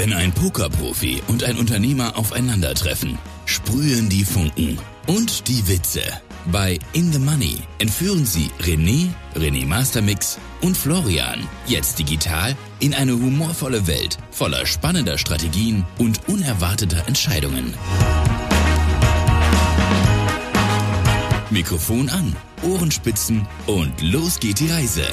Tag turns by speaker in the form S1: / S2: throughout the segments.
S1: Wenn ein Pokerprofi und ein Unternehmer aufeinandertreffen, sprühen die Funken und die Witze. Bei In the Money entführen sie René Mastermix und Florian, jetzt digital, in eine humorvolle Welt voller spannender Strategien und unerwarteter Entscheidungen. Mikrofon an, Ohrenspitzen und los geht die Reise.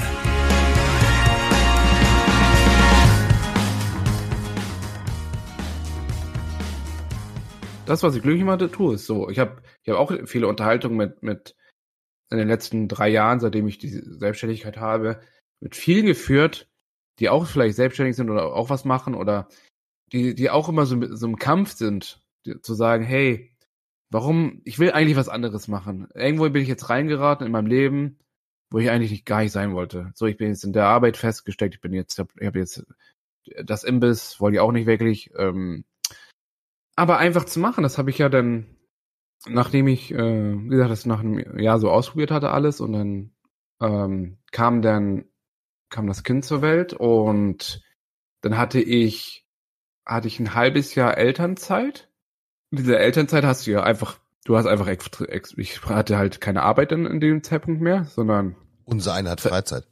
S2: Das, was ich glücklich mache, tue es so. Ich hab auch viele Unterhaltungen mit in den letzten 3 Jahren, seitdem ich diese Selbstständigkeit habe, mit vielen geführt, die auch vielleicht selbstständig sind oder auch was machen oder die auch immer so im Kampf sind, zu sagen, hey, warum, ich will eigentlich was anderes machen. Irgendwo bin ich jetzt reingeraten in meinem Leben, wo ich eigentlich gar nicht sein wollte. So, ich bin jetzt in der Arbeit festgesteckt, ich habe jetzt das Imbiss, wollte ich auch nicht wirklich, aber einfach zu machen, das habe ich ja dann, nachdem ich, wie gesagt, das nach einem Jahr so ausprobiert hatte alles und dann kam das Kind zur Welt und dann hatte ich ein halbes Jahr Elternzeit. In dieser Elternzeit hast du ja einfach, ich hatte halt keine Arbeit in dem Zeitpunkt mehr, sondern
S3: unser einer hat Freizeit.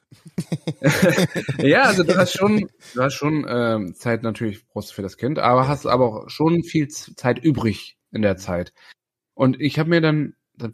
S2: Ja, also du hast schon Zeit natürlich brauchst du für das Kind, aber hast aber auch schon viel Zeit übrig in der Zeit. Und ich habe mir dann, da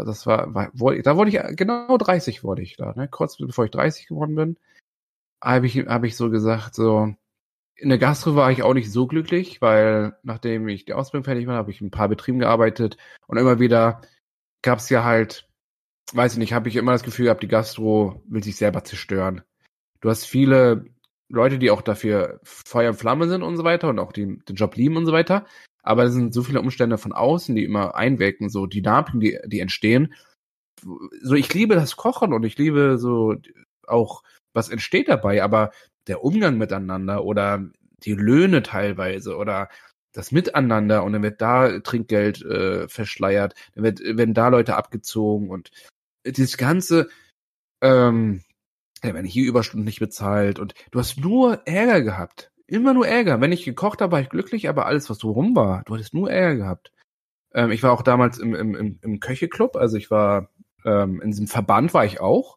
S2: wurde ich, genau 30 wurde ich da, ne? Kurz bevor ich 30 geworden bin, habe ich so gesagt, so, in der Gastro war ich auch nicht so glücklich, weil nachdem ich die Ausbildung fertig war, habe ich in ein paar Betrieben gearbeitet und immer wieder gab's ja halt, weiß ich nicht, habe ich immer das Gefühl gehabt, die Gastro will sich selber zerstören. Du hast viele Leute, die auch dafür Feuer und Flamme sind und so weiter und auch den Job lieben und so weiter, aber es sind so viele Umstände von außen, die immer einwirken, so Dynamiken, die entstehen. So, ich liebe das Kochen und ich liebe so auch, was entsteht dabei, aber der Umgang miteinander oder die Löhne teilweise oder das Miteinander und dann wird da Trinkgeld verschleiert, dann werden da Leute abgezogen und dieses ganze, werden hier Überstunden nicht bezahlt und du hast nur Ärger gehabt. Immer nur Ärger. Wenn ich gekocht habe, war ich glücklich, aber alles, was so rum war, du hattest nur Ärger gehabt. Ich war auch damals im Köcheclub, also ich war, in diesem Verband war ich auch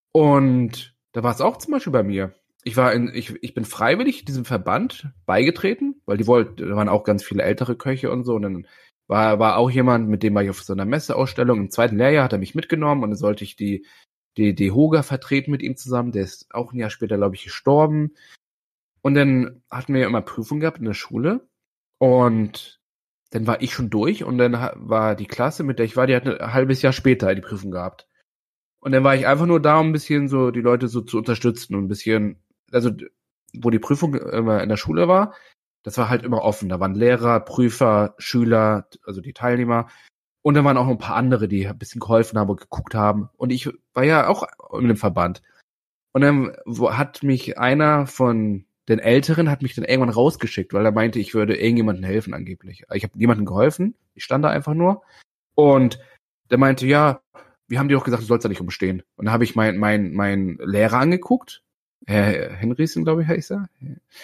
S2: und da war es auch zum Beispiel bei mir. Ich bin freiwillig diesem Verband beigetreten, weil da waren auch ganz viele ältere Köche und so und dann war auch jemand, mit dem war ich auf so einer Messeausstellung. Im 2. Lehrjahr hat er mich mitgenommen und dann sollte ich die Hoga vertreten mit ihm zusammen. Der ist auch ein Jahr später, glaube ich, gestorben. Und dann hatten wir ja immer Prüfungen gehabt in der Schule und dann war ich schon durch und dann war die Klasse, mit der ich war, die hat ein halbes Jahr später die Prüfung gehabt. Und dann war ich einfach nur da, um ein bisschen so die Leute so zu unterstützen und ein bisschen, also wo die Prüfung immer in der Schule war, das war halt immer offen. Da waren Lehrer, Prüfer, Schüler, also die Teilnehmer. Und dann waren auch noch ein paar andere, die ein bisschen geholfen haben und geguckt haben. Und ich war ja auch in dem Verband. Und dann hat mich einer von den Älteren hat mich dann irgendwann rausgeschickt, weil er meinte, ich würde irgendjemandem helfen angeblich. Ich habe niemandem geholfen. Ich stand da einfach nur. Und der meinte, ja, wir haben dir doch gesagt, du sollst da nicht rumstehen. Und dann habe ich meinen Lehrer angeguckt. Herr Henrichsen, glaube ich, heißt er.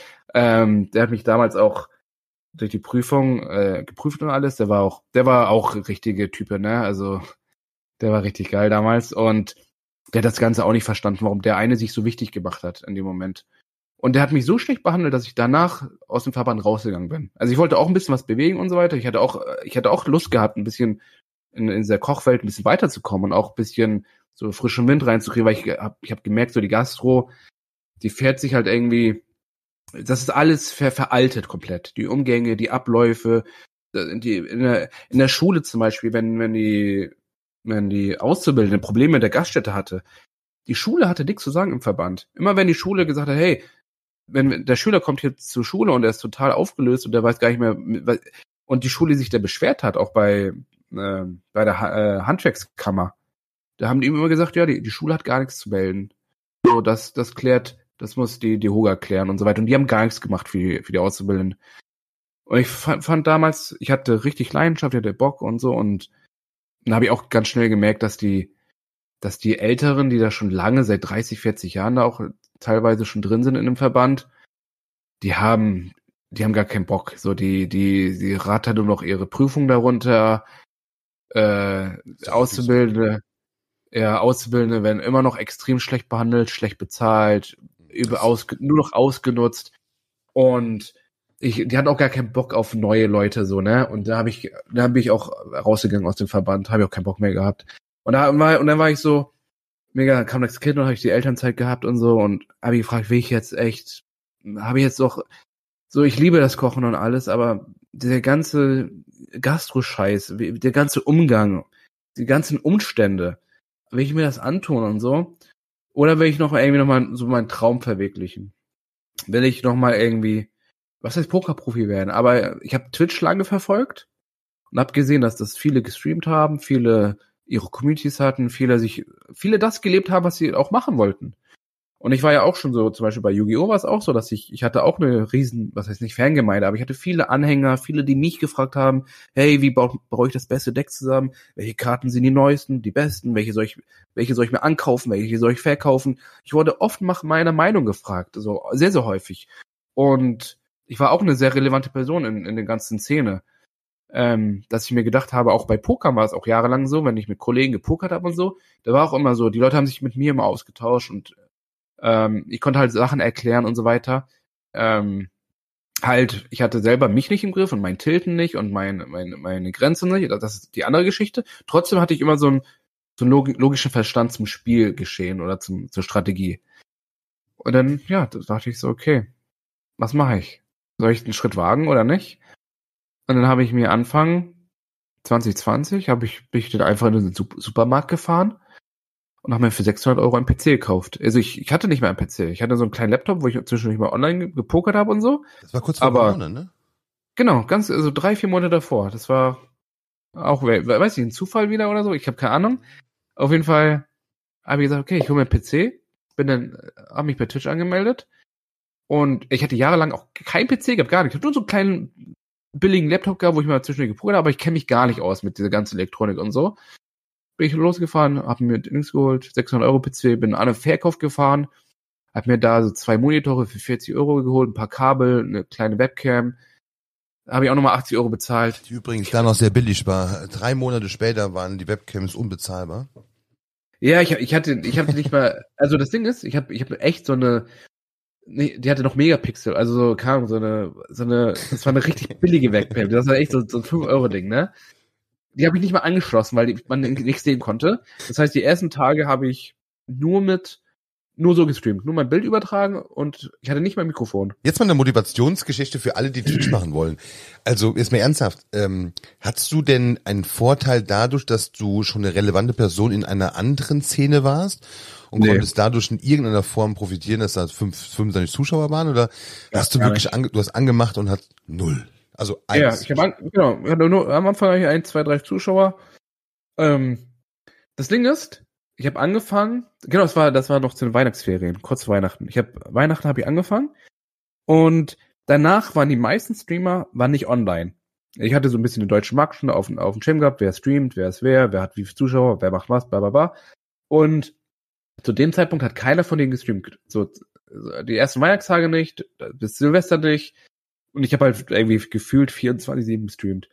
S2: Der hat mich damals auch durch die Prüfung geprüft und alles. Der war auch richtige Type, ne? Also der war richtig geil damals und der hat das Ganze auch nicht verstanden, warum der eine sich so wichtig gemacht hat in dem Moment. Und der hat mich so schlecht behandelt, dass ich danach aus dem Verband rausgegangen bin. Also ich wollte auch ein bisschen was bewegen und so weiter. Ich hatte auch Lust gehabt, ein bisschen in dieser Kochwelt ein bisschen weiterzukommen und auch ein bisschen so frischen Wind reinzukriegen, weil ich hab gemerkt, so die Gastro, die fährt sich halt irgendwie, das ist alles veraltet komplett. Die Umgänge, die Abläufe, in der Schule zum Beispiel, wenn die Auszubildende Probleme mit der Gaststätte hatte, die Schule hatte nichts zu sagen im Verband. Immer wenn die Schule gesagt hat, hey, wenn der Schüler kommt hier zur Schule und er ist total aufgelöst und der weiß gar nicht mehr, und die Schule sich da beschwert hat, auch bei der Handwerkskammer, da haben die ihm immer gesagt, ja, die Schule hat gar nichts zu melden. So, das muss die Hoga klären und so weiter. Und die haben gar nichts gemacht für die Auszubildenden. Und ich fand damals, ich hatte richtig Leidenschaft, ich hatte Bock und so und dann habe ich auch ganz schnell gemerkt, dass die Älteren, die da schon lange, seit 30, 40 Jahren da auch teilweise schon drin sind in dem Verband, die haben die haben gar keinen Bock. So, die rattern nur noch ihre Prüfung darunter. Auszubildende werden immer noch extrem schlecht behandelt, schlecht bezahlt, nur noch ausgenutzt. Und die hatten auch gar keinen Bock auf neue Leute, so, ne? Und da bin ich auch rausgegangen aus dem Verband, habe ich auch keinen Bock mehr gehabt. Und dann war ich so, mega, kam das Kind und habe ich die Elternzeit gehabt und so und habe ich gefragt, habe ich jetzt doch, so, ich liebe das Kochen und alles, aber der ganze Gastro-Scheiß, der ganze Umgang, die ganzen Umstände, will ich mir das antun und so? Oder will ich irgendwie nochmal so meinen Traum verwirklichen? Will ich nochmal irgendwie, was heißt Pokerprofi werden? Aber ich habe Twitch lange verfolgt und habe gesehen, dass das viele gestreamt haben, viele ihre Communities hatten, viele das gelebt haben, was sie auch machen wollten. Und ich war ja auch schon so, zum Beispiel bei Yu-Gi-Oh! War es auch so, dass ich hatte auch eine riesen, was heißt nicht Fangemeinde, aber ich hatte viele Anhänger, viele, die mich gefragt haben, hey, wie baue ich das beste Deck zusammen? Welche Karten sind die neuesten, die besten? Welche soll ich mir ankaufen? Welche soll ich verkaufen? Ich wurde oft nach meiner Meinung gefragt, so sehr, sehr häufig. Und ich war auch eine sehr relevante Person in der ganzen Szene. Dass ich mir gedacht habe, auch bei Poker war es auch jahrelang so, wenn ich mit Kollegen gepokert habe und so, da war auch immer so, die Leute haben sich mit mir immer ausgetauscht und ich konnte halt Sachen erklären und so weiter. Ich hatte selber mich nicht im Griff und mein Tilten nicht und meine Grenze nicht, das ist die andere Geschichte. Trotzdem hatte ich immer so einen logischen Verstand zum Spielgeschehen oder zur Strategie. Und dann, ja, da dachte ich so, okay, was mache ich? Soll ich den Schritt wagen oder nicht? Und dann habe ich mir Anfang 2020 bin ich dann einfach in den Supermarkt gefahren und habe mir für 600 € einen PC gekauft. Also ich hatte nicht mehr einen PC. Ich hatte so einen kleinen Laptop, wo ich zwischendurch mal online gepokert habe und so.
S3: Das war kurz vor Corona, ne?
S2: Genau, 3-4 Monate davor. Das war auch, weiß ich, ein Zufall wieder oder so. Ich habe keine Ahnung. Auf jeden Fall habe ich gesagt, okay, ich hole mir einen PC. Habe mich bei Twitch angemeldet. Und ich hatte jahrelang auch keinen PC gehabt, gar nicht. Ich habe nur so einen kleinen billigen Laptop gehabt, wo ich mal zwischendurch gepokert habe, aber ich kenne mich gar nicht aus mit dieser ganzen Elektronik und so. Bin ich losgefahren, habe mir Dings geholt, 600 € PC, bin an den Verkauf gefahren, habe mir da so 2 Monitore für 40 € geholt, ein paar Kabel, eine kleine Webcam, habe ich auch nochmal 80 € bezahlt.
S3: Die übrigens da noch sehr billig war. 3 Monate später waren die Webcams unbezahlbar.
S2: Ja, ich hatte nicht mal, also das Ding ist, ich habe echt so eine, nee, die hatte noch Megapixel, also so kam das war eine richtig billige Webcam, das war echt so ein 5-€ Ding, ne? Die habe ich nicht mal angeschlossen, weil man nichts sehen konnte. Das heißt, die ersten Tage habe ich nur so gestreamt, nur mein Bild übertragen und ich hatte nicht mein Mikrofon.
S3: Jetzt mal eine Motivationsgeschichte für alle, die Twitch machen wollen. Also, jetzt mal ernsthaft, hattest du denn einen Vorteil dadurch, dass du schon eine relevante Person in einer anderen Szene warst und konntest dadurch in irgendeiner Form profitieren, dass da 25 Zuschauer waren, oder hast du wirklich du hast angemacht und hast 0? Also 1.
S2: Ja, ich hatte nur am Anfang 1, 2, 3 Zuschauer. Das Ding ist, ich habe angefangen, genau, das war noch zu den Weihnachtsferien, kurz vor Weihnachten. Weihnachten habe ich angefangen und danach waren die meisten Streamer nicht online. Ich hatte so ein bisschen den deutschen Markt schon auf dem Schirm gehabt, wer streamt, wer ist wer hat wie viele Zuschauer, wer macht was, bla bla bla. Und zu dem Zeitpunkt hat keiner von denen gestreamt. So die ersten Weihnachtstage nicht, bis Silvester nicht. Und ich habe halt irgendwie gefühlt 24/7 gestreamt.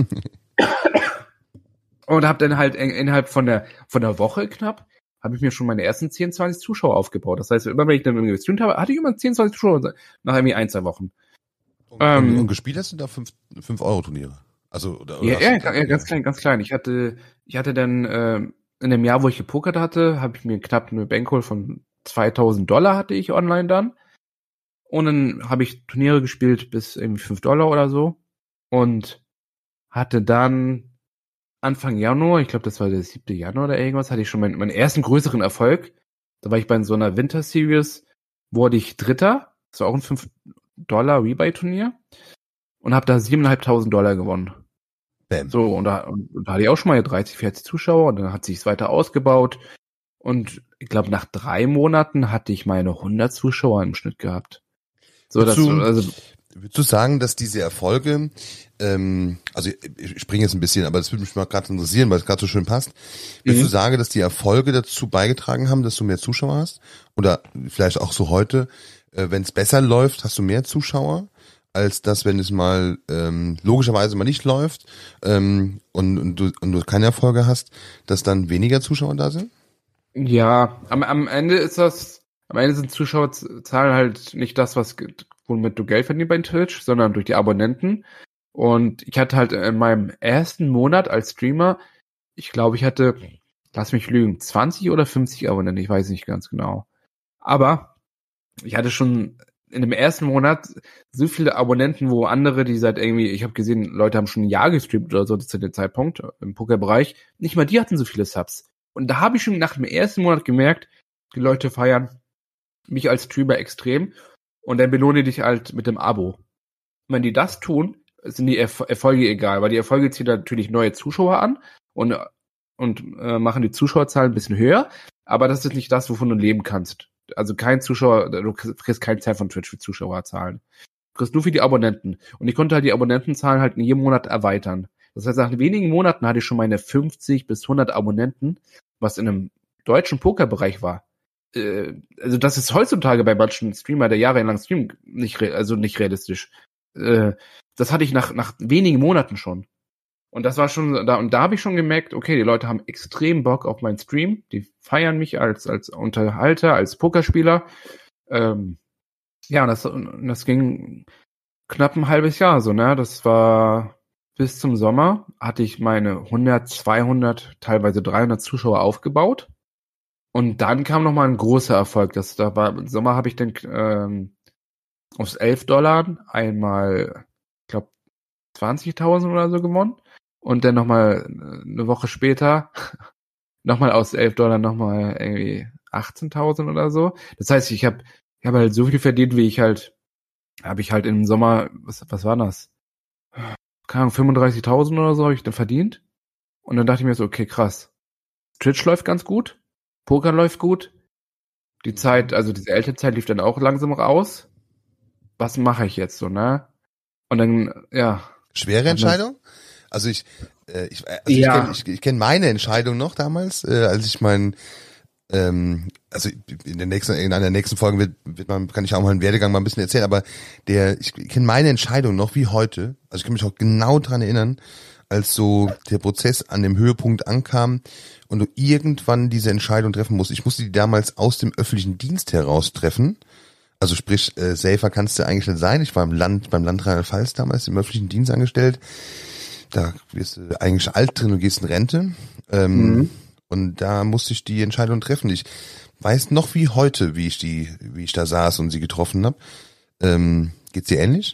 S2: Und habe dann halt innerhalb von der Woche knapp, habe ich mir schon meine ersten 10, 20 Zuschauer aufgebaut. Das heißt, immer wenn ich dann irgendwie gestreamt habe, hatte ich immer 10, 20 Zuschauer nach irgendwie 1, 2 Wochen.
S3: Und gespielt hast du da 5-€ Also, oder
S2: ja, ganz klein. Ich hatte dann in dem Jahr, wo ich gepokert hatte, habe ich mir knapp eine Bankroll von $2.000 hatte ich online dann. Und dann habe ich Turniere gespielt bis irgendwie $5 oder so. Und hatte dann Anfang Januar, ich glaube, das war der 7. Januar oder irgendwas, hatte ich schon meinen ersten größeren Erfolg. Da war ich bei so einer Winter Series, wurde ich Dritter. Das war auch ein $5 Rebuy-Turnier. Und habe da $7.500 gewonnen.
S3: Bam.
S2: So, und da hatte ich auch schon mal 30, 40 Zuschauer. Und dann hat sich's weiter ausgebaut. Und ich glaube, nach 3 Monaten hatte ich meine 100 Zuschauer im Schnitt gehabt. So,
S3: würdest du sagen, dass diese Erfolge, also ich springe jetzt ein bisschen, aber das würde mich mal gerade interessieren, weil es gerade so schön passt. Würdest du sagen, dass die Erfolge dazu beigetragen haben, dass du mehr Zuschauer hast? Oder vielleicht auch so heute, wenn es besser läuft, hast du mehr Zuschauer? als das, wenn es mal logischerweise mal nicht läuft und du keine Erfolge hast, dass dann weniger Zuschauer da sind?
S2: Ja, am Ende sind Zuschauerzahlen halt nicht das, womit du Geld verdienst bei Twitch, sondern durch die Abonnenten. Und ich hatte halt in meinem ersten Monat als Streamer, ich glaube, ich hatte, lass mich lügen, 20 oder 50 Abonnenten, ich weiß nicht ganz genau. Aber ich hatte schon in dem ersten Monat so viele Abonnenten, wo andere, die seit irgendwie, ich habe gesehen, Leute haben schon ein Jahr gestreamt oder so zu dem Zeitpunkt im Pokerbereich, nicht mal die hatten so viele Subs. Und da habe ich schon nach dem ersten Monat gemerkt, die Leute feiern mich als Streamer extrem und dann belohne dich halt mit dem Abo. Und wenn die das tun, sind die Erfolge egal, weil die Erfolge ziehen natürlich neue Zuschauer an und machen die Zuschauerzahlen ein bisschen höher, aber das ist nicht das, wovon du leben kannst. Also kein Zuschauer, du kriegst keine Zeit von Twitch für Zuschauerzahlen. Du kriegst nur für die Abonnenten. Und ich konnte halt die Abonnentenzahlen halt in jedem Monat erweitern. Das heißt, nach wenigen Monaten hatte ich schon meine 50 bis 100 Abonnenten, was in einem deutschen Pokerbereich war. Also das ist heutzutage bei manchen Streamer, der jahrelang streamt, nicht realistisch. Das hatte ich nach wenigen Monaten schon. Und das war schon da, und da habe ich schon gemerkt, okay, die Leute haben extrem Bock auf meinen Stream, die feiern mich als Unterhalter, als Pokerspieler. Ja, und das ging knapp ein halbes Jahr so, ne? Das war bis zum Sommer, hatte ich meine 100, 200, teilweise 300 Zuschauer aufgebaut. Und dann kam nochmal ein großer Erfolg. Im Sommer habe ich dann aus $11 einmal, ich glaube, 20.000 oder so gewonnen. Und dann nochmal eine Woche später nochmal aus $11 nochmal irgendwie 18.000 oder so. Das heißt, ich habe halt so viel verdient, habe ich halt im Sommer, was war das? Keine Ahnung, 35.000 oder so habe ich dann verdient. Und dann dachte ich mir so, okay, krass. Twitch läuft ganz gut. Poker läuft gut. Die Zeit, also diese Elternzeit lief dann auch langsam raus. Was mache ich jetzt so, ne? Und dann, ja.
S3: Schwere Entscheidung? Also ich kenn meine Entscheidung noch damals, als ich also in einer der nächsten Folgen kann ich auch mal einen Werdegang mal ein bisschen erzählen, aber ich kenne meine Entscheidung noch wie heute. Also ich kann mich auch genau dran erinnern, als so der Prozess an dem Höhepunkt ankam und du irgendwann diese Entscheidung treffen musst. Ich musste die damals aus dem öffentlichen Dienst heraus treffen. Also sprich, safer kannst du eigentlich nicht sein. Ich war beim Land Rheinland-Pfalz damals im öffentlichen Dienst angestellt. Da wirst du eigentlich alt drin und gehst in Rente. Und da musste ich die Entscheidung treffen. Ich weiß noch wie heute, wie ich da saß und sie getroffen habe. Geht's dir ähnlich?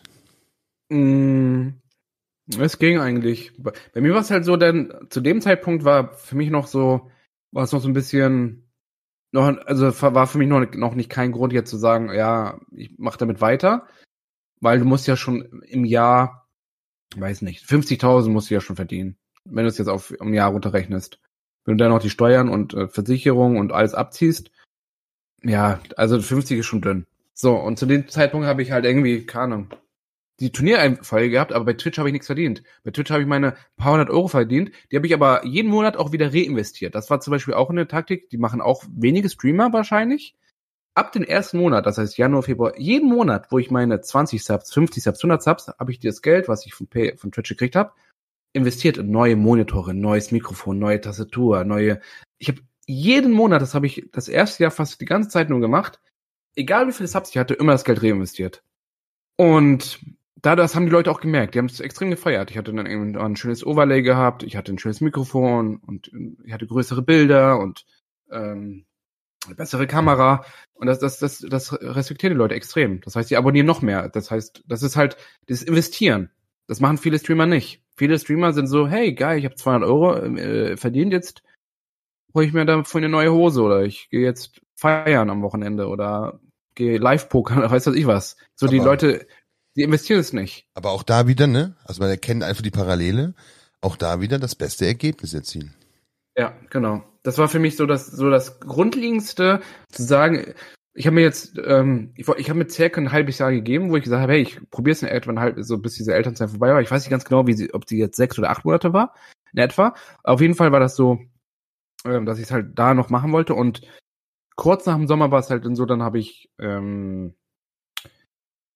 S2: Es ging eigentlich. Bei mir war es halt so, denn zu dem Zeitpunkt war es noch so ein bisschen, war für mich noch nicht kein Grund jetzt zu sagen, ja, ich mache damit weiter, weil du musst ja schon im Jahr, weiß nicht, 50.000 musst du ja schon verdienen, wenn du es jetzt auf ein Jahr runterrechnest. Wenn du dann noch die Steuern und Versicherung und alles abziehst, ja, also 50 ist schon dünn. So, und zu dem Zeitpunkt habe ich halt irgendwie, keine Ahnung, die Turniererfolge gehabt, aber bei Twitch habe ich nichts verdient. Bei Twitch habe ich meine paar hundert Euro verdient, die habe ich aber jeden Monat auch wieder reinvestiert. Das war zum Beispiel auch eine Taktik, die machen auch wenige Streamer wahrscheinlich. Ab dem ersten Monat, das heißt Januar, Februar, jeden Monat, wo ich meine 20 Subs, 50 Subs, 100 Subs, habe ich das Geld, was ich von Twitch gekriegt habe, investiert in neue Monitore, neues Mikrofon, neue Tastatur, ich habe jeden Monat, das habe ich das erste Jahr fast die ganze Zeit nur gemacht, egal wie viele Subs ich hatte, immer das Geld reinvestiert. Und das haben die Leute auch gemerkt, die haben es extrem gefeiert. Ich hatte dann irgendwann ein schönes Overlay gehabt, ich hatte ein schönes Mikrofon und ich hatte größere Bilder und eine bessere Kamera. Und das respektieren die Leute extrem. Das heißt, die abonnieren noch mehr. Das heißt, das ist halt das Investieren. Das machen viele Streamer nicht. Viele Streamer sind so, hey, geil, ich habe 200 Euro verdient, jetzt hole ich mir dafür eine neue Hose oder ich gehe jetzt feiern am Wochenende oder gehe Live-Pokern oder weiß ich was. So, die Leute, die investieren es nicht.
S3: Aber auch da wieder, ne? Also man erkennt einfach die Parallele, auch da wieder das beste Ergebnis erzielen.
S2: Ja, genau. Das war für mich so das Grundlegendste, zu sagen, ich habe mir jetzt, ich habe mir circa ein halbes Jahr gegeben, wo ich gesagt habe, hey, ich probiere es in etwa so bis diese Elternzeit vorbei war. Ich weiß nicht ganz genau, ob sie jetzt 6 oder 8 Monate war, in etwa. Auf jeden Fall war das so, dass ich es halt da noch machen wollte. Und kurz nach dem Sommer war es halt dann so, dann habe ich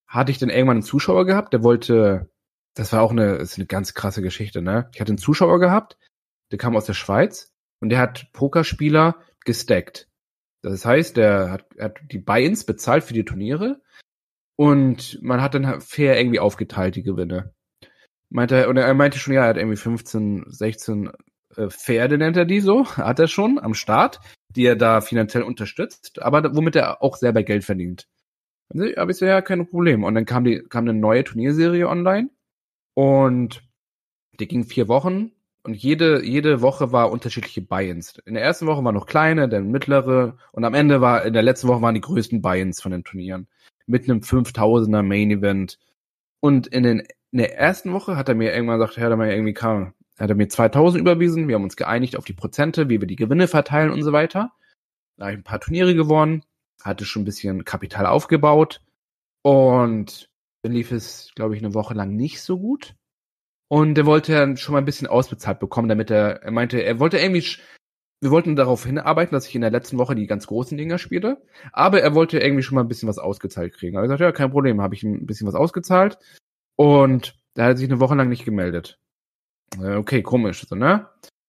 S2: hatte ich dann irgendwann einen Zuschauer gehabt, der wollte, das war auch ist eine ganz krasse Geschichte, ne? Ich hatte einen Zuschauer gehabt, der kam aus der Schweiz und der hat Pokerspieler gestackt. Das heißt, er hat die Buy-ins bezahlt für die Turniere und man hat dann fair irgendwie aufgeteilt, die Gewinne. Er meinte schon, ja, er hat irgendwie 15, 16 Pferde, nennt er die so, hat er schon am Start, die er da finanziell unterstützt, aber womit er auch selber Geld verdient. Aber ich so, ja, kein Problem. Und dann kam eine neue Turnierserie online und die ging 4 Wochen und jede Woche war unterschiedliche Buy-ins. In der ersten Woche waren noch kleine, dann mittlere und am Ende in der letzten Woche waren die größten Buy-ins von den Turnieren. Mit einem 5000er Main-Event. Und in der ersten Woche hat er mir irgendwann gesagt, hat er mir 2000 überwiesen, wir haben uns geeinigt auf die Prozente, wie wir die Gewinne verteilen und so weiter. Da habe ich ein paar Turniere gewonnen, hatte schon ein bisschen Kapital aufgebaut und dann lief es, glaube ich, eine Woche lang nicht so gut. Und er wollte dann schon mal ein bisschen ausbezahlt bekommen, damit er meinte, wir wollten darauf hinarbeiten, dass ich in der letzten Woche die ganz großen Dinger spiele, aber er wollte irgendwie schon mal ein bisschen was ausgezahlt kriegen. Aber ich sagte, ja, kein Problem, habe ich ihm ein bisschen was ausgezahlt und da hat er sich eine Woche lang nicht gemeldet. Okay, komisch, so, ne?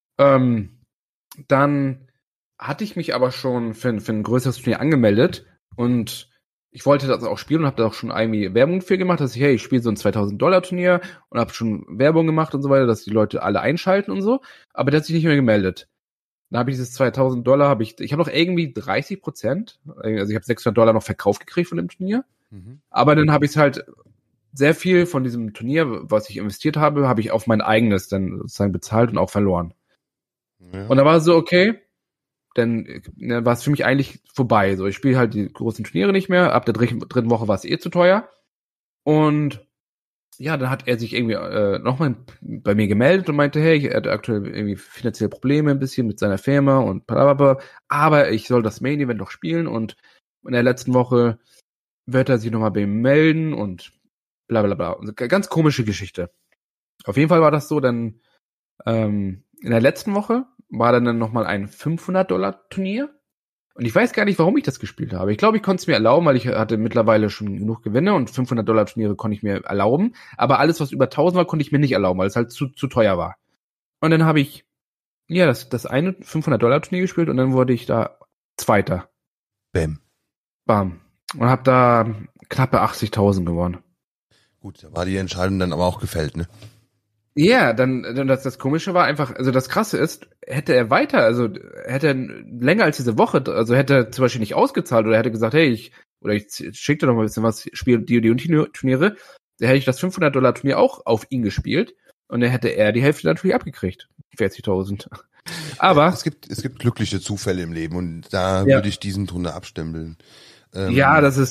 S2: Dann hatte ich mich aber schon für ein größeres Turnier angemeldet und ich wollte das auch spielen und habe da auch schon irgendwie Werbung für gemacht, dass ich spiele so ein $2000 und habe schon Werbung gemacht und so weiter, dass die Leute alle einschalten und so, aber der hat sich nicht mehr gemeldet. Dann habe ich dieses $2000, ich habe noch irgendwie 30%, also ich habe $600 noch verkauft gekriegt von dem Turnier, aber dann habe ich es halt sehr viel von diesem Turnier, was ich investiert habe ich auf mein eigenes dann sozusagen bezahlt und auch verloren. Ja. Und da war es so, okay, dann war es für mich eigentlich vorbei. So, ich spiele halt die großen Turniere nicht mehr. Ab der dritten Woche war es zu teuer. Und ja, dann hat er sich irgendwie nochmal bei mir gemeldet und meinte, hey, er hat aktuell irgendwie finanzielle Probleme ein bisschen mit seiner Firma und blablabla, aber ich soll das Main Event noch spielen und in der letzten Woche wird er sich nochmal bei ihm melden und blablabla. Also ganz komische Geschichte. Auf jeden Fall war das so, dann in der letzten Woche war dann nochmal ein $500 und ich weiß gar nicht, warum ich das gespielt habe. Ich glaube, ich konnte es mir erlauben, weil ich hatte mittlerweile schon genug Gewinne und $500 Turniere konnte ich mir erlauben, aber alles, was über 1000 war, konnte ich mir nicht erlauben, weil es halt zu teuer war. Und dann habe ich das eine $500 Turnier gespielt und dann wurde ich da Zweiter.
S3: Bam.
S2: Bam. Und habe da knappe 80.000 gewonnen.
S3: Gut, da war die Entscheidung dann aber auch gefällt, ne?
S2: Ja, dann das Komische war einfach, also das Krasse ist, hätte er länger als diese Woche, also hätte er zum Beispiel nicht ausgezahlt oder hätte gesagt, hey, ich schicke dir noch mal ein bisschen was, spiel die und die Turniere, da hätte ich das $500 Turnier auch auf ihn gespielt und dann hätte er die Hälfte natürlich abgekriegt. 40.000. Aber
S3: es gibt glückliche Zufälle im Leben und da würde ich diesen Turnier abstempeln.
S2: Ja, das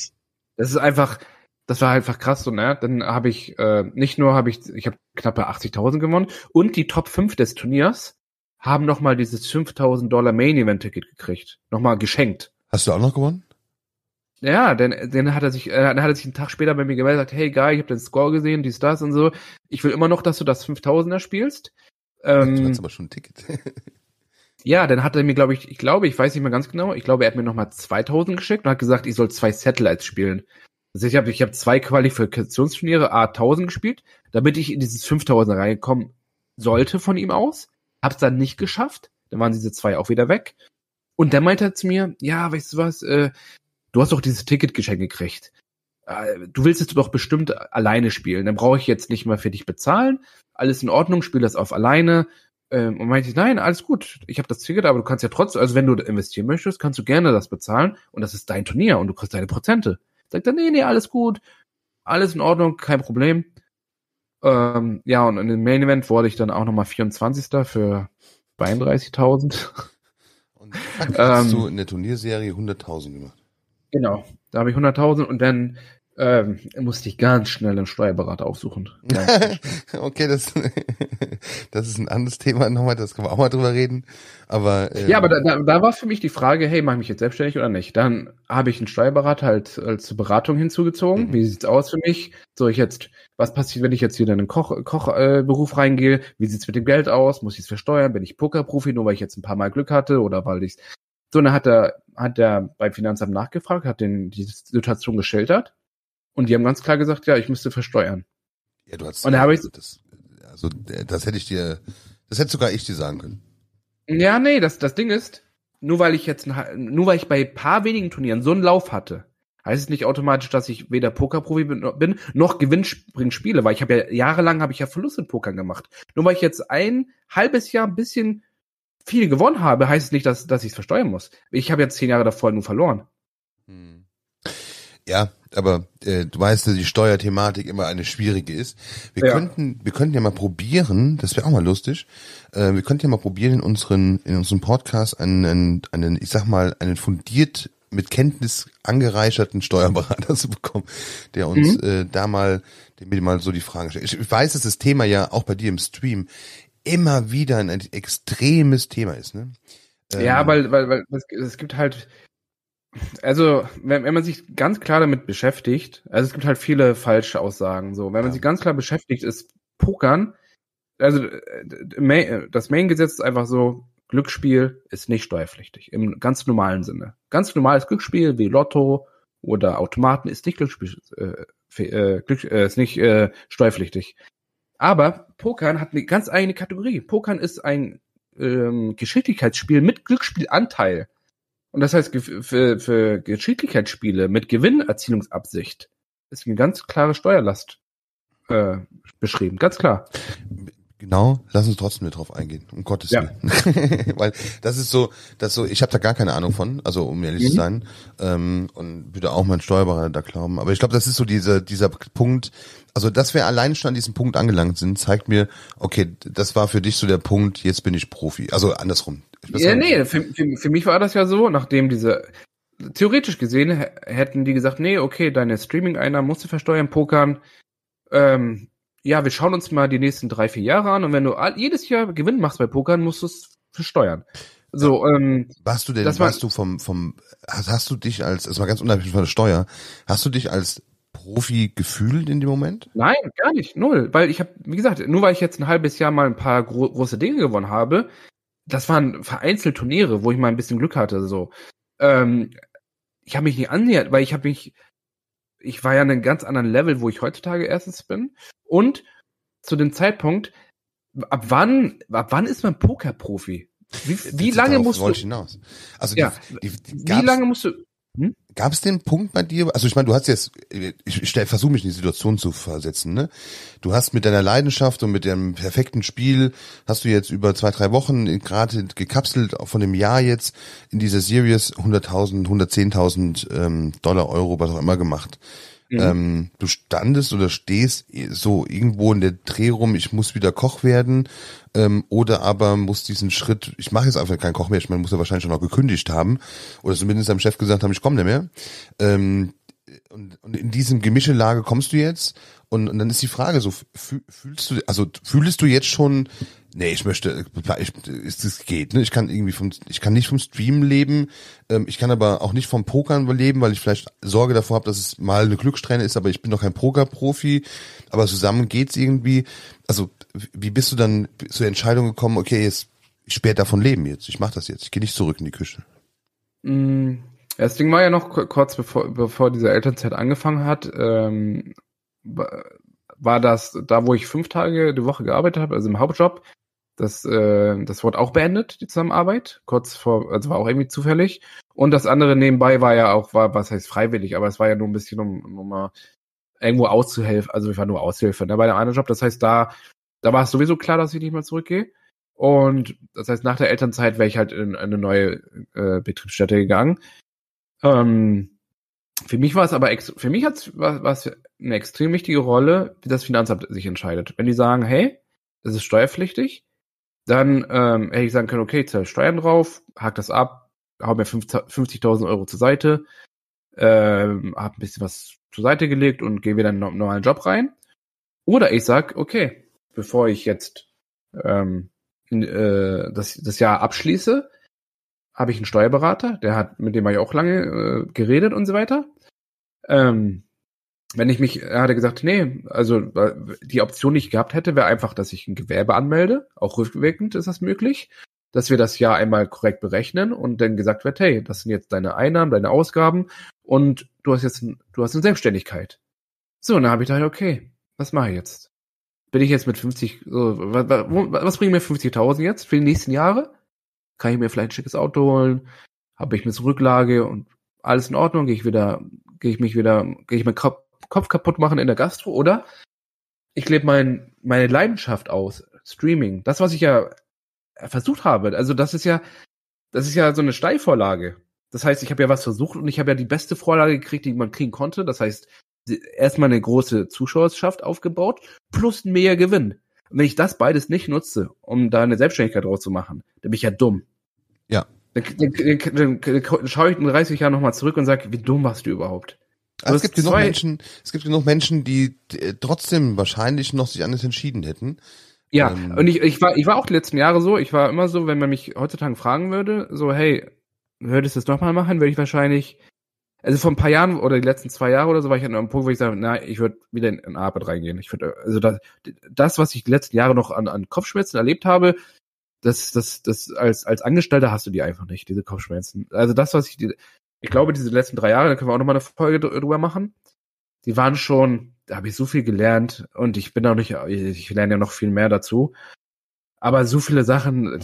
S2: war einfach krass so, ne? Dann habe ich, ich habe knappe 80.000 gewonnen und die Top 5 des Turniers haben nochmal dieses $5.000 Main Event Ticket gekriegt. Nochmal geschenkt.
S3: Hast du auch noch gewonnen?
S2: Ja, dann hat er sich einen Tag später bei mir gemeldet, gesagt, hey Guy, ich habe den Score gesehen, dies, das und so. Ich will immer noch, dass du das 5.000er spielst.
S3: Du hast aber schon ein Ticket.
S2: Ja, dann hat er mir, ich weiß nicht mehr ganz genau, ich glaube, er hat mir nochmal 2.000 geschickt und hat gesagt, ich soll 2 Satellites spielen. Also ich habe 2 Qualifikationsturniere A1000 gespielt, damit ich in dieses 5000 reinkommen sollte von ihm aus. Hab's dann nicht geschafft. Dann waren diese 2 auch wieder weg. Und dann meinte er zu mir, ja, weißt du was, du hast doch dieses Ticket geschenkt gekriegt. Du willst es doch bestimmt alleine spielen. Dann brauche ich jetzt nicht mal für dich bezahlen. Alles in Ordnung, spiel das auf alleine. Und meinte ich, nein, alles gut. Ich habe das Ticket, aber du kannst ja trotzdem, also wenn du investieren möchtest, kannst du gerne das bezahlen. Und das ist dein Turnier und du kriegst deine Prozente. Sagt er, nee, alles gut, alles in Ordnung, kein Problem. Ja, und in dem Main Event wurde ich dann auch nochmal 24. für 32.000.
S3: Und hast du in der Turnierserie 100.000 gemacht?
S2: Genau, da habe ich 100.000 und dann musste ich ganz schnell einen Steuerberater aufsuchen.
S3: Okay, das ist ein anderes Thema nochmal, das können wir auch mal drüber reden. Aber
S2: ja, aber da war für mich die Frage, hey, mache ich mich jetzt selbstständig oder nicht? Dann habe ich einen Steuerberater halt als Beratung hinzugezogen. Wie sieht's aus für mich? Was passiert, wenn ich jetzt wieder in einen Kochberuf reingehe? Wie sieht's mit dem Geld aus? Muss ich es versteuern? Bin ich Pokerprofi, nur weil ich jetzt ein paar Mal Glück hatte oder weil ich so, dann hat er beim Finanzamt nachgefragt, hat die Situation geschildert. Und die haben ganz klar gesagt, ja, ich müsste versteuern.
S3: Ja, du hast.
S2: Und da habe ich
S3: das hätte sogar ich dir sagen können.
S2: Ja, nee, das Ding ist, nur weil ich bei paar wenigen Turnieren so einen Lauf hatte, heißt es nicht automatisch, dass ich weder Pokerprofi bin noch gewinnbringend spiele, weil jahrelang habe ich ja Verluste in Pokern gemacht. Nur weil ich jetzt ein halbes Jahr ein bisschen viel gewonnen habe, heißt es nicht, dass ich es versteuern muss. Ich habe jetzt 10 Jahre davor nur verloren.
S3: Ja, aber du weißt, dass die Steuerthematik immer eine schwierige ist. Wir könnten ja mal probieren, das wäre auch mal lustig, wir könnten ja mal probieren, in unserem Podcast einen fundiert mit Kenntnis angereicherten Steuerberater zu bekommen, der uns dem wir mal so die Fragen stellt. Ich weiß, dass das Thema ja auch bei dir im Stream immer wieder ein extremes Thema ist, ne?
S2: Ja, weil es gibt halt, also wenn man sich ganz klar damit beschäftigt, also es gibt halt viele falsche Aussagen, so, wenn man sich ganz klar beschäftigt, ist Pokern, also das Main-Gesetz ist einfach so, Glücksspiel ist nicht steuerpflichtig, im ganz normalen Sinne. Ganz normales Glücksspiel wie Lotto oder Automaten ist nicht Glücksspiel, ist nicht steuerpflichtig. Aber Pokern hat eine ganz eigene Kategorie. Pokern ist ein Geschicklichkeitsspiel mit Glücksspielanteil. Und das heißt, für Geschicklichkeitsspiele mit Gewinnerzielungsabsicht ist eine ganz klare Steuerlast beschrieben. Ganz klar.
S3: Genau, lass uns trotzdem nicht drauf eingehen, um Gottes Willen. Weil das ist so, ich habe da gar keine Ahnung von, also um ehrlich zu sein, und würde auch meinen Steuerberater da glauben. Aber ich glaube, das ist so dieser Punkt, also dass wir allein schon an diesem Punkt angelangt sind, zeigt mir, okay, das war für dich so der Punkt, jetzt bin ich Profi. Also andersrum.
S2: Ja, nee, für mich war das ja so, nachdem theoretisch gesehen hätten die gesagt, nee, okay, deine Streaming-Einnahmen musst du versteuern, Pokern, ja, wir schauen uns mal die nächsten 3-4 Jahre an und wenn du jedes Jahr Gewinn machst bei Pokern, musst du es versteuern. So,
S3: hast du dich als, das war ganz unabhängig von der Steuer, hast du dich als Profi gefühlt in dem Moment?
S2: Nein, gar nicht, null, weil ich habe, wie gesagt, nur weil ich jetzt ein halbes Jahr mal ein paar große Dinge gewonnen habe, das waren vereinzelt Turniere, wo ich mal ein bisschen Glück hatte, so. Ich habe mich nicht annähert, weil ich war ja an einem ganz anderen Level, wo ich heutzutage erstens bin. Und zu dem Zeitpunkt, ab wann ist man Pokerprofi? Wie lange musst du?
S3: Hinaus. Also
S2: ja, wie lange musst du?
S3: Gab es den Punkt bei dir? Also ich meine, du hast jetzt, ich versuche mich in die Situation zu versetzen, ne? Du hast mit deiner Leidenschaft und mit dem perfekten Spiel, hast du jetzt über 2-3 Wochen gerade gekapselt von dem Jahr jetzt in dieser Series 100.000, 110.000 Dollar, Euro, was auch immer gemacht. Du standest oder stehst so irgendwo in der Dreh rum, ich muss wieder Koch werden, oder aber muss diesen Schritt, ich mache jetzt einfach keinen Koch mehr, ich meine, muss ja wahrscheinlich schon noch gekündigt haben oder zumindest seinem Chef gesagt haben, ich komme nicht mehr. Und in diesem Gemischelage kommst du jetzt und dann ist die Frage so, fühlst du jetzt schon, nee, es geht, ne? Ich kann nicht vom Stream leben, ich kann aber auch nicht vom Pokern leben, weil ich vielleicht Sorge davor habe, dass es mal eine Glückssträhne ist, aber ich bin doch kein Pokerprofi, aber zusammen geht's irgendwie. Also, wie bist du dann zur Entscheidung gekommen, okay, ich werde davon leben jetzt, ich mache das jetzt, ich gehe nicht zurück in die Küche?
S2: Das Ding war ja noch kurz bevor diese Elternzeit angefangen hat, war das da, wo ich 5 Tage die Woche gearbeitet habe, also im Hauptjob, das wurde auch beendet, die Zusammenarbeit, also war auch irgendwie zufällig. Und das andere nebenbei war, was heißt freiwillig, aber es war ja nur ein bisschen, um mal irgendwo auszuhelfen, also ich war nur Aushilfe, ne, bei dem anderen Job. Das heißt, da war es sowieso klar, dass ich nicht mehr zurückgehe. Und das heißt, nach der Elternzeit wäre ich halt in eine neue Betriebsstätte gegangen. Für mich war es aber was eine extrem wichtige Rolle, wie das Finanzamt sich entscheidet. Wenn die sagen, hey, das ist steuerpflichtig, dann hätte ich sagen können, okay, ich zahle Steuern drauf, hake das ab, hau mir 50.000 Euro zur Seite, hab ein bisschen was zur Seite gelegt und gehe wieder in einen normalen Job rein. Oder ich sag, okay, bevor ich jetzt das Jahr abschließe, habe ich einen Steuerberater, mit dem habe ich auch lange geredet und so weiter. Er hatte gesagt, nee, also die Option, die ich gehabt hätte, wäre einfach, dass ich ein Gewerbe anmelde, auch rückwirkend ist das möglich, dass wir das Jahr einmal korrekt berechnen und dann gesagt wird, hey, das sind jetzt deine Einnahmen, deine Ausgaben und du hast eine Selbstständigkeit. So, und dann habe ich gedacht, okay, was mache ich jetzt? Bin ich jetzt mit 50, so, was bringen mir 50.000 jetzt für die nächsten Jahre? Kann ich mir vielleicht ein schickes Auto holen? Habe ich mit Rücklage und alles in Ordnung? Gehe ich meinen Kopf kaputt machen in der Gastro? Oder ich lebe meine Leidenschaft aus, Streaming. Das, was ich ja versucht habe. Also das ist ja so eine Steilvorlage. Das heißt, ich habe ja was versucht und ich habe ja die beste Vorlage gekriegt, die man kriegen konnte. Das heißt, erstmal eine große Zuschauerschaft aufgebaut, plus ein mehr Gewinn. Und wenn ich das beides nicht nutze, um da eine Selbstständigkeit draus zu machen, dann bin ich ja dumm.
S3: Ja.
S2: Dann schaue ich in 30 Jahren nochmal zurück und sage, wie dumm warst du überhaupt?
S3: Es gibt genug Menschen, die trotzdem wahrscheinlich noch sich anders entschieden hätten.
S2: Ja, und ich war auch die letzten Jahre so, ich war immer so, wenn man mich heutzutage fragen würde, so, hey, würdest du das nochmal machen, würde ich wahrscheinlich, also vor ein paar Jahren oder die letzten 2 Jahre oder so, war ich an einem Punkt, wo ich sage, na, ich würde wieder in Arbeit reingehen. Ich würde, also das, was ich die letzten Jahre noch an Kopfschmerzen erlebt habe, das als Angestellter hast du die einfach nicht, diese Kopfschmerzen. Also das, was ich glaube, diese letzten 3 Jahre, da können wir auch nochmal eine Folge drüber machen, die waren schon, da habe ich so viel gelernt und ich lerne ja noch viel mehr dazu. Aber so viele Sachen,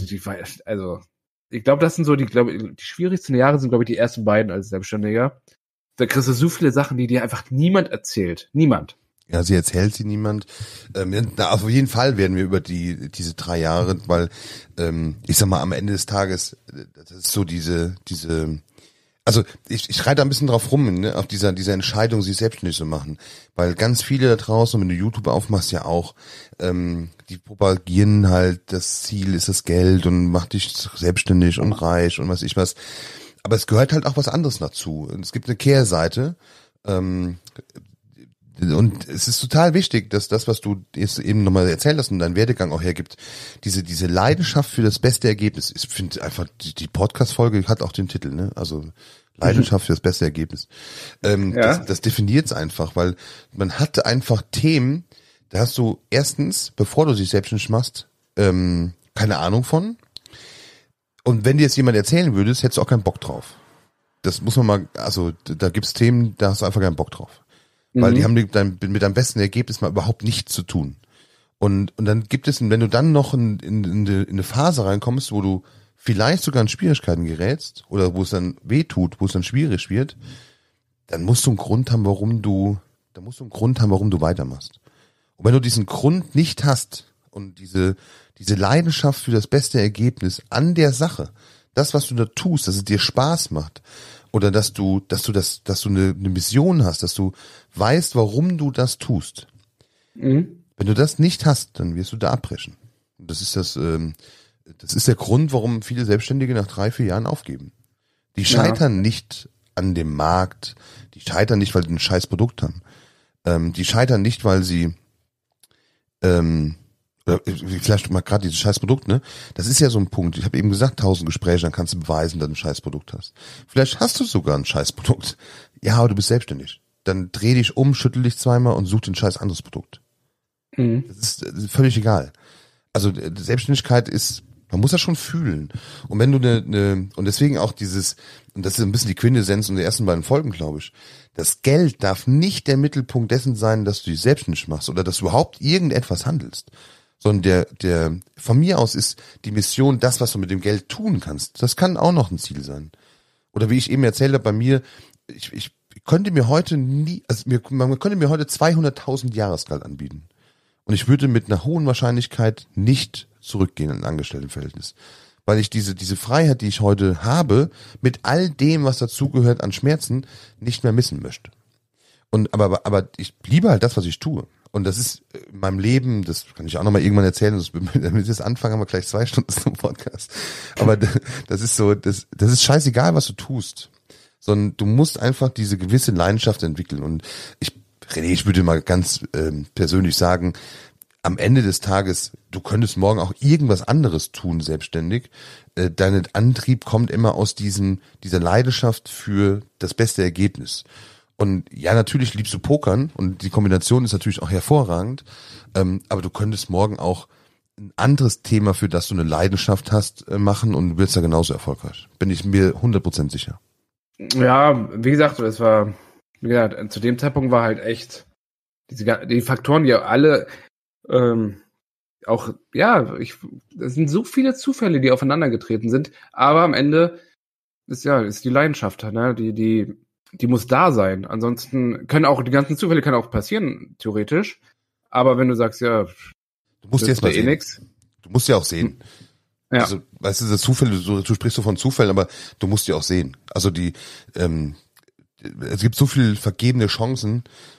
S2: ich glaube, das sind so die schwierigsten Jahre sind, glaube ich, die ersten beiden als Selbstständiger. Da kriegst du so viele Sachen, die dir einfach niemand erzählt. Niemand.
S3: Ja, sie erzählt sie niemand. Auf jeden Fall werden wir über diese 3 Jahre, weil ich sag mal, am Ende des Tages, das ist so diese also ich reite da ein bisschen drauf rum, ne, auf dieser Entscheidung, sich selbstständig zu machen. Weil ganz viele da draußen, wenn du YouTube aufmachst, ja auch, die propagieren halt, das Ziel ist das Geld und mach dich selbstständig und reich und was ich was. Aber es gehört halt auch was anderes dazu. Und es gibt eine Kehrseite. Und es ist total wichtig, dass das, was du jetzt eben nochmal erzählt hast und dein Werdegang auch hergibt, diese Leidenschaft für das beste Ergebnis. Ich finde einfach, die Podcast-Folge hat auch den Titel, ne? Also Leidenschaft für das beste Ergebnis. Das definiert es einfach, weil man hat einfach Themen, da hast du erstens, bevor du dich selbstständig machst, keine Ahnung von. Und wenn dir jetzt jemand erzählen würdest, hättest du auch keinen Bock drauf. Das muss man mal, also da gibt's Themen, da hast du einfach keinen Bock drauf. Weil die haben mit deinem besten Ergebnis mal überhaupt nichts zu tun. Und dann gibt es, wenn du dann noch in eine Phase reinkommst, wo du vielleicht sogar in Schwierigkeiten gerätst oder wo es dann weh tut, wo es dann schwierig wird, dann musst du einen Grund haben, warum du weitermachst. Und wenn du diesen Grund nicht hast und diese Leidenschaft für das beste Ergebnis an der Sache, das, was du da tust, dass es dir Spaß macht, oder dass du eine Mission hast, dass du weißt, warum du das tust. Mhm. Wenn du das nicht hast, dann wirst du da abbrechen. Und das ist der Grund, warum viele Selbstständige nach 3-4 Jahren aufgeben. Die scheitern nicht an dem Markt, die scheitern nicht, weil sie ein scheiß Produkt haben. Die scheitern nicht, weil sie vielleicht mal gerade dieses Scheißprodukt, ne? Das ist ja so ein Punkt. Ich habe eben gesagt, 1000 Gespräche, dann kannst du beweisen, dass du ein Scheißprodukt hast. Vielleicht hast du sogar ein Scheißprodukt. Ja, aber du bist selbstständig. Dann dreh dich um, schüttel dich zweimal und such dir ein scheiß anderes Produkt. Mhm. Das ist völlig egal. Also Selbstständigkeit ist, man muss das schon fühlen. Und wenn du und deswegen auch dieses, und das ist ein bisschen die Quintessenz in den ersten beiden Folgen, glaube ich, das Geld darf nicht der Mittelpunkt dessen sein, dass du dich selbstständig machst oder dass du überhaupt irgendetwas handelst. Sondern der von mir aus ist die Mission das, was du mit dem Geld tun kannst. Das kann auch noch ein Ziel sein. Oder wie ich eben erzählt habe, bei mir, ich könnte mir heute man könnte mir heute 200.000 Jahresgehalt anbieten. Und ich würde mit einer hohen Wahrscheinlichkeit nicht zurückgehen in ein Angestelltenverhältnis. Weil ich diese Freiheit, die ich heute habe, mit all dem, was dazugehört an Schmerzen, nicht mehr missen möchte. Aber ich liebe halt das, was ich tue. Und das ist in meinem Leben, das kann ich auch nochmal irgendwann erzählen, damit wir das anfangen, haben wir gleich 2 Stunden zum Podcast. Aber das ist so, das ist scheißegal, was du tust. Sondern du musst einfach diese gewisse Leidenschaft entwickeln. Und René, ich würde mal ganz persönlich sagen, am Ende des Tages, du könntest morgen auch irgendwas anderes tun, selbstständig. Dein Antrieb kommt immer aus dieser Leidenschaft für das beste Ergebnis. Und ja, natürlich liebst du Pokern und die Kombination ist natürlich auch hervorragend, aber du könntest morgen auch ein anderes Thema, für das du eine Leidenschaft hast, machen und du wirst da genauso erfolgreich. Bin ich mir 100% sicher.
S2: Ja, wie gesagt, zu dem Zeitpunkt war halt echt, die Faktoren, die ja alle auch, ja, es sind so viele Zufälle, die aufeinander getreten sind, aber am Ende ist die Leidenschaft, ne? Die muss da sein. Ansonsten können auch die ganzen Zufälle können auch passieren, theoretisch. Aber wenn du sagst, ja,
S3: du musst jetzt mal sehen.
S2: Nix.
S3: Du musst ja auch sehen. Ja. Also, weißt du, das Zufälle, du sprichst so von Zufällen, aber du musst ja auch sehen. Also es gibt so viel vergebene Chancen.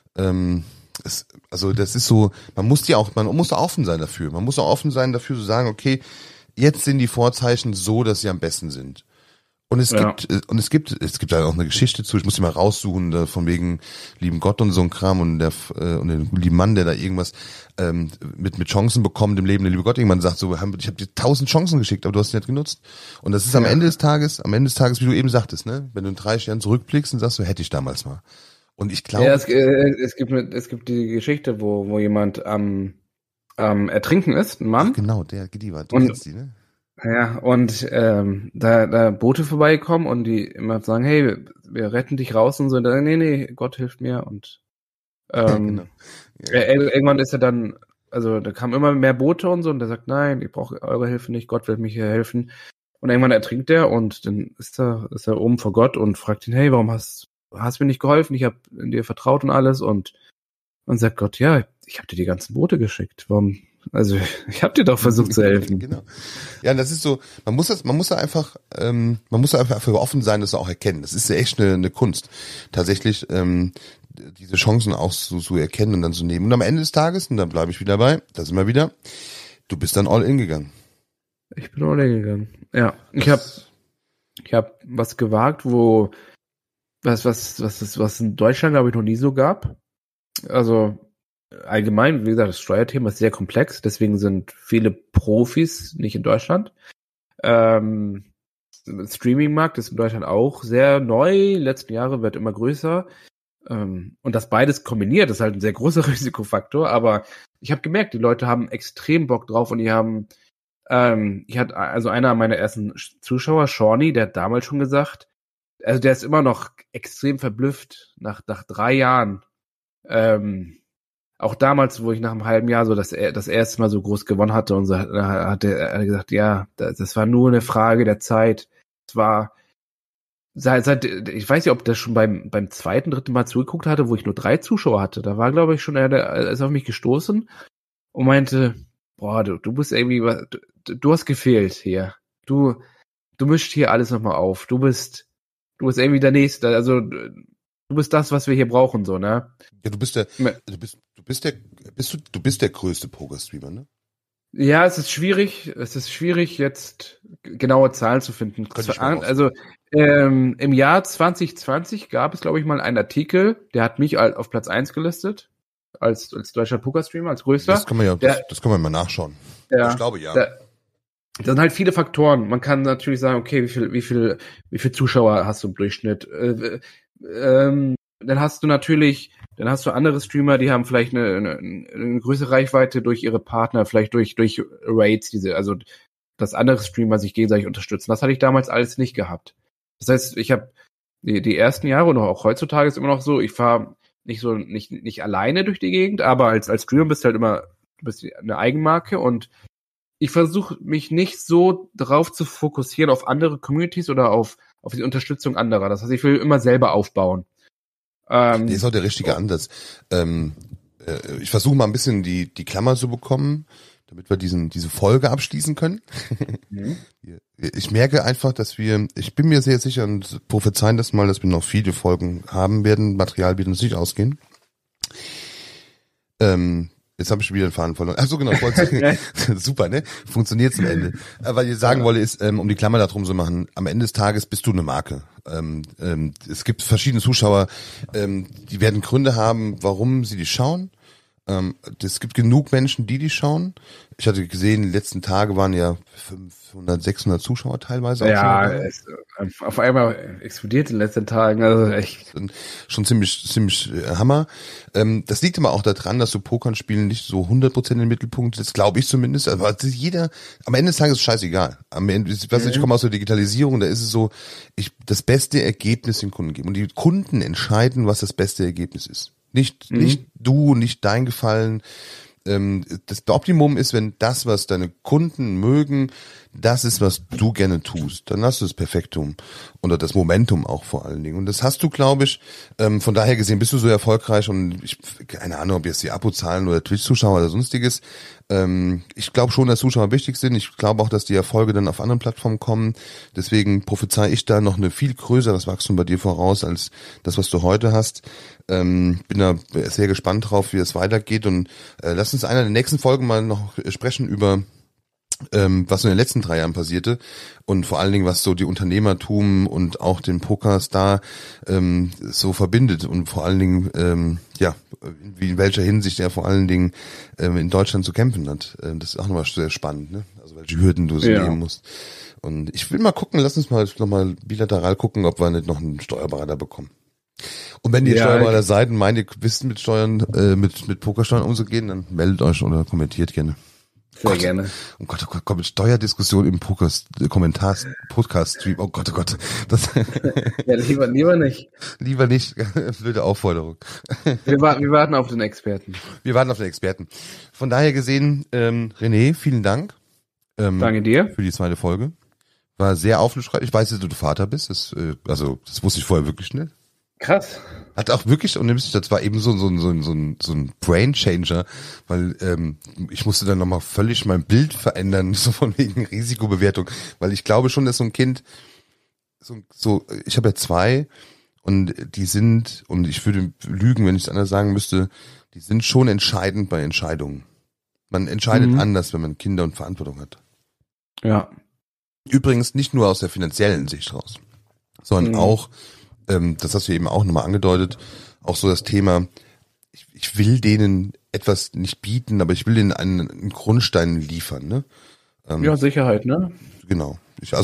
S3: Also das ist so, man muss da offen sein dafür. Man muss auch offen sein dafür zu sagen, okay, jetzt sind die Vorzeichen so, dass sie am besten sind. Und es gibt halt auch eine Geschichte zu, ich muss die mal raussuchen, von wegen lieben Gott und so ein Kram und den lieben Mann, der da irgendwas mit Chancen bekommt im Leben, der liebe Gott irgendwann sagt so, ich habe dir 1000 Chancen geschickt, aber du hast sie nicht genutzt. Und das ist am Ende des Tages, wie du eben sagtest, ne, wenn du in 3 Jahren zurückblickst und sagst, so hätte ich damals mal. Und ich glaube,
S2: es gibt die Geschichte, wo jemand am Ertrinken ist, ein Mann.
S3: Ach genau, du kennst die, ne?
S2: Ja, und da Boote vorbeikommen und die immer sagen, hey, wir retten dich raus und so. Und dann, nee, Gott hilft mir. Und genau. Irgendwann ist er dann, also da kamen immer mehr Boote und so und der sagt, nein, ich brauche eure Hilfe nicht, Gott will mich hier helfen. Und irgendwann ertrinkt er und dann ist er oben vor Gott und fragt ihn, hey, warum hast mir nicht geholfen? Ich habe in dir vertraut und alles. Und sagt Gott, ja, ich habe dir die ganzen Boote geschickt. Warum? Also ich habe dir doch versucht zu helfen.
S3: Genau. Ja, das ist so. Man muss einfach offen sein, das auch erkennen. Das ist ja echt eine Kunst, tatsächlich diese Chancen auch so erkennen und dann zu nehmen. Und am Ende des Tages, und dann bleibe ich wieder bei, da sind wir wieder. Du bist dann all in gegangen.
S2: Ich bin all in gegangen. Ja, ich hab was gewagt, was in Deutschland glaube ich noch nie so gab. Also allgemein, wie gesagt, das Steuerthema ist sehr komplex, deswegen sind viele Profis nicht in Deutschland. Streaming-Markt ist in Deutschland auch sehr neu, letzten Jahre wird immer größer. Und das beides kombiniert ist halt ein sehr großer Risikofaktor, aber ich habe gemerkt, die Leute haben extrem Bock drauf und die haben, ich hatte also einer meiner ersten Zuschauer, Shawnee, der hat damals schon gesagt, also der ist immer noch extrem verblüfft nach 3 Jahren. Auch damals, wo ich nach einem halben Jahr so das erste Mal so groß gewonnen hatte und so hat er gesagt, ja, das war nur eine Frage der Zeit. Es war seit ich weiß nicht, ob der schon beim 2., 3. Mal zugeguckt hatte, wo ich nur 3 Zuschauer hatte. Da war, glaube ich, schon er ist auf mich gestoßen und meinte, boah, du bist irgendwie, du hast gefehlt hier. Du mischst hier alles nochmal auf. Du bist irgendwie der Nächste, also du bist das, was wir hier brauchen, so, ne?
S3: Ja, du bist der größte Pokerstreamer, ne?
S2: Ja, es ist schwierig jetzt genaue Zahlen zu finden. Also im Jahr 2020 gab es, glaube ich, mal einen Artikel, der hat mich auf Platz 1 gelistet als deutscher Pokerstreamer, als größter.
S3: Das kann man mal nachschauen.
S2: Ja,
S3: ich glaube, ja.
S2: Da sind halt viele Faktoren. Man kann natürlich sagen, okay, wie viel Zuschauer hast du im Durchschnitt? Dann hast du andere Streamer, die haben vielleicht eine größere Reichweite durch ihre Partner, vielleicht durch Raids, also dass andere Streamer sich gegenseitig unterstützen. Das hatte ich damals alles nicht gehabt. Das heißt, ich habe die ersten Jahre und auch heutzutage ist immer noch so, ich fahre nicht alleine durch die Gegend, aber als Streamer bist du halt immer, du bist eine Eigenmarke und ich versuche mich nicht so darauf zu fokussieren auf andere Communities oder auf die Unterstützung anderer. Das heißt, ich will immer selber aufbauen.
S3: Das ist auch der richtige Ansatz. Ich versuche mal ein bisschen die Klammer zu bekommen, damit wir diese Folge abschließen können. Mhm. Ich merke einfach, ich bin mir sehr sicher und prophezeien das mal, dass wir noch viele Folgen haben werden. Material wird uns nicht ausgehen. Jetzt habe ich wieder den Faden verloren. Ach so, genau. Super, ne? Funktioniert zum Ende. Was ich sagen wollte, ist, um die Klammer da drum zu machen, am Ende des Tages bist du eine Marke. Es gibt verschiedene Zuschauer, die werden Gründe haben, warum sie die schauen. Es gibt genug Menschen, die schauen. Ich hatte gesehen, die letzten Tage waren ja 500, 600 Zuschauer teilweise.
S2: Ja, auf einmal explodiert in den letzten Tagen, also echt.
S3: Schon ziemlich Hammer. Das liegt aber auch daran, dass so Pokern-Spielen nicht so 100% in den Mittelpunkt, das glaube ich zumindest. Also am Ende des Tages ist es scheißegal. Ich komme aus der Digitalisierung, da ist es so, das beste Ergebnis den Kunden geben. Und die Kunden entscheiden, was das beste Ergebnis ist. Nicht du, nicht dein Gefallen. Das Optimum ist, wenn das, was deine Kunden mögen, das ist, was du gerne tust. Dann hast du das Perfektum oder das Momentum auch vor allen Dingen. Und das hast du, glaube ich, von daher gesehen bist du so erfolgreich und keine Ahnung, ob jetzt die Abozahlen oder Twitch-Zuschauer oder sonstiges. Ich glaube schon, dass Zuschauer wichtig sind. Ich glaube auch, dass die Erfolge dann auf anderen Plattformen kommen. Deswegen prophezei ich da noch eine viel größeres Wachstum bei dir voraus als das, was du heute hast. Bin da sehr gespannt drauf, wie es weitergeht und lass uns einer der nächsten Folgen mal noch sprechen über was in den letzten 3 Jahren passierte und vor allen Dingen, was so die Unternehmertum und auch den Pokerstar so verbindet und vor allen Dingen, in welcher Hinsicht er vor allen Dingen in Deutschland zu kämpfen hat. Das ist auch nochmal sehr spannend, ne? Also welche Hürden du so nehmen musst. Und ich will mal gucken, lass uns mal nochmal bilateral gucken, ob wir nicht noch einen Steuerberater bekommen. Und wenn ihr Steuerberater seid und meint, ihr wisst mit Steuern, mit Pokersteuern umzugehen, dann meldet euch oder kommentiert gerne.
S2: Sehr gerne.
S3: Oh Gott, mit Steuerdiskussion im Podcast-Stream. Oh Gott. Das
S2: ja, lieber nicht.
S3: Lieber nicht. Blöde Aufforderung.
S2: Wir warten auf den Experten. Von daher gesehen, René, vielen Dank. Danke dir.
S3: Für die 2. Folge. War sehr aufschlussreich. Ich weiß, dass du Vater bist. Das wusste ich vorher wirklich nicht.
S2: Krass.
S3: Hat auch wirklich, und das war eben so ein Brain Changer, weil ich musste dann nochmal völlig mein Bild verändern, so von wegen Risikobewertung, weil ich glaube schon, dass so ein Kind, ich habe ja 2 und die sind, und ich würde lügen, wenn ich es anders sagen müsste, die sind schon entscheidend bei Entscheidungen. Man entscheidet anders, wenn man Kinder und Verantwortung hat.
S2: Ja.
S3: Übrigens nicht nur aus der finanziellen Sicht raus, sondern auch das hast du eben auch nochmal angedeutet, auch so das Thema, ich will denen etwas nicht bieten, aber ich will denen einen Grundstein liefern, ne?
S2: Ja, Sicherheit, ne?
S3: Genau. Wir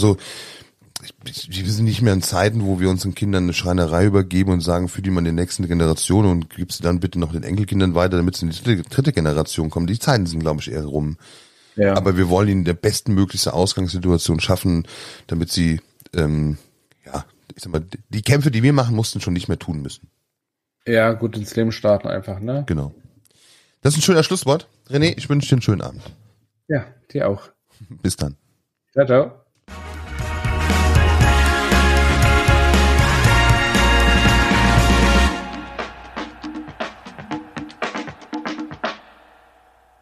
S3: sind nicht mehr in Zeiten, wo wir unseren Kindern eine Schreinerei übergeben und sagen, für die man die nächsten Generationen und gib sie dann bitte noch den Enkelkindern weiter, damit sie in die dritte Generation kommen. Die Zeiten sind, glaube ich, eher rum. Ja. Aber wir wollen ihnen der bestmöglichste Ausgangssituation schaffen, damit sie, ich sag mal, die Kämpfe, die wir machen mussten, schon nicht mehr tun müssen.
S2: Ja, gut ins Leben starten einfach, ne?
S3: Genau. Das ist ein schöner Schlusswort. René, ich wünsche dir einen schönen Abend.
S2: Ja, dir auch.
S3: Bis dann.
S2: Ciao, ciao.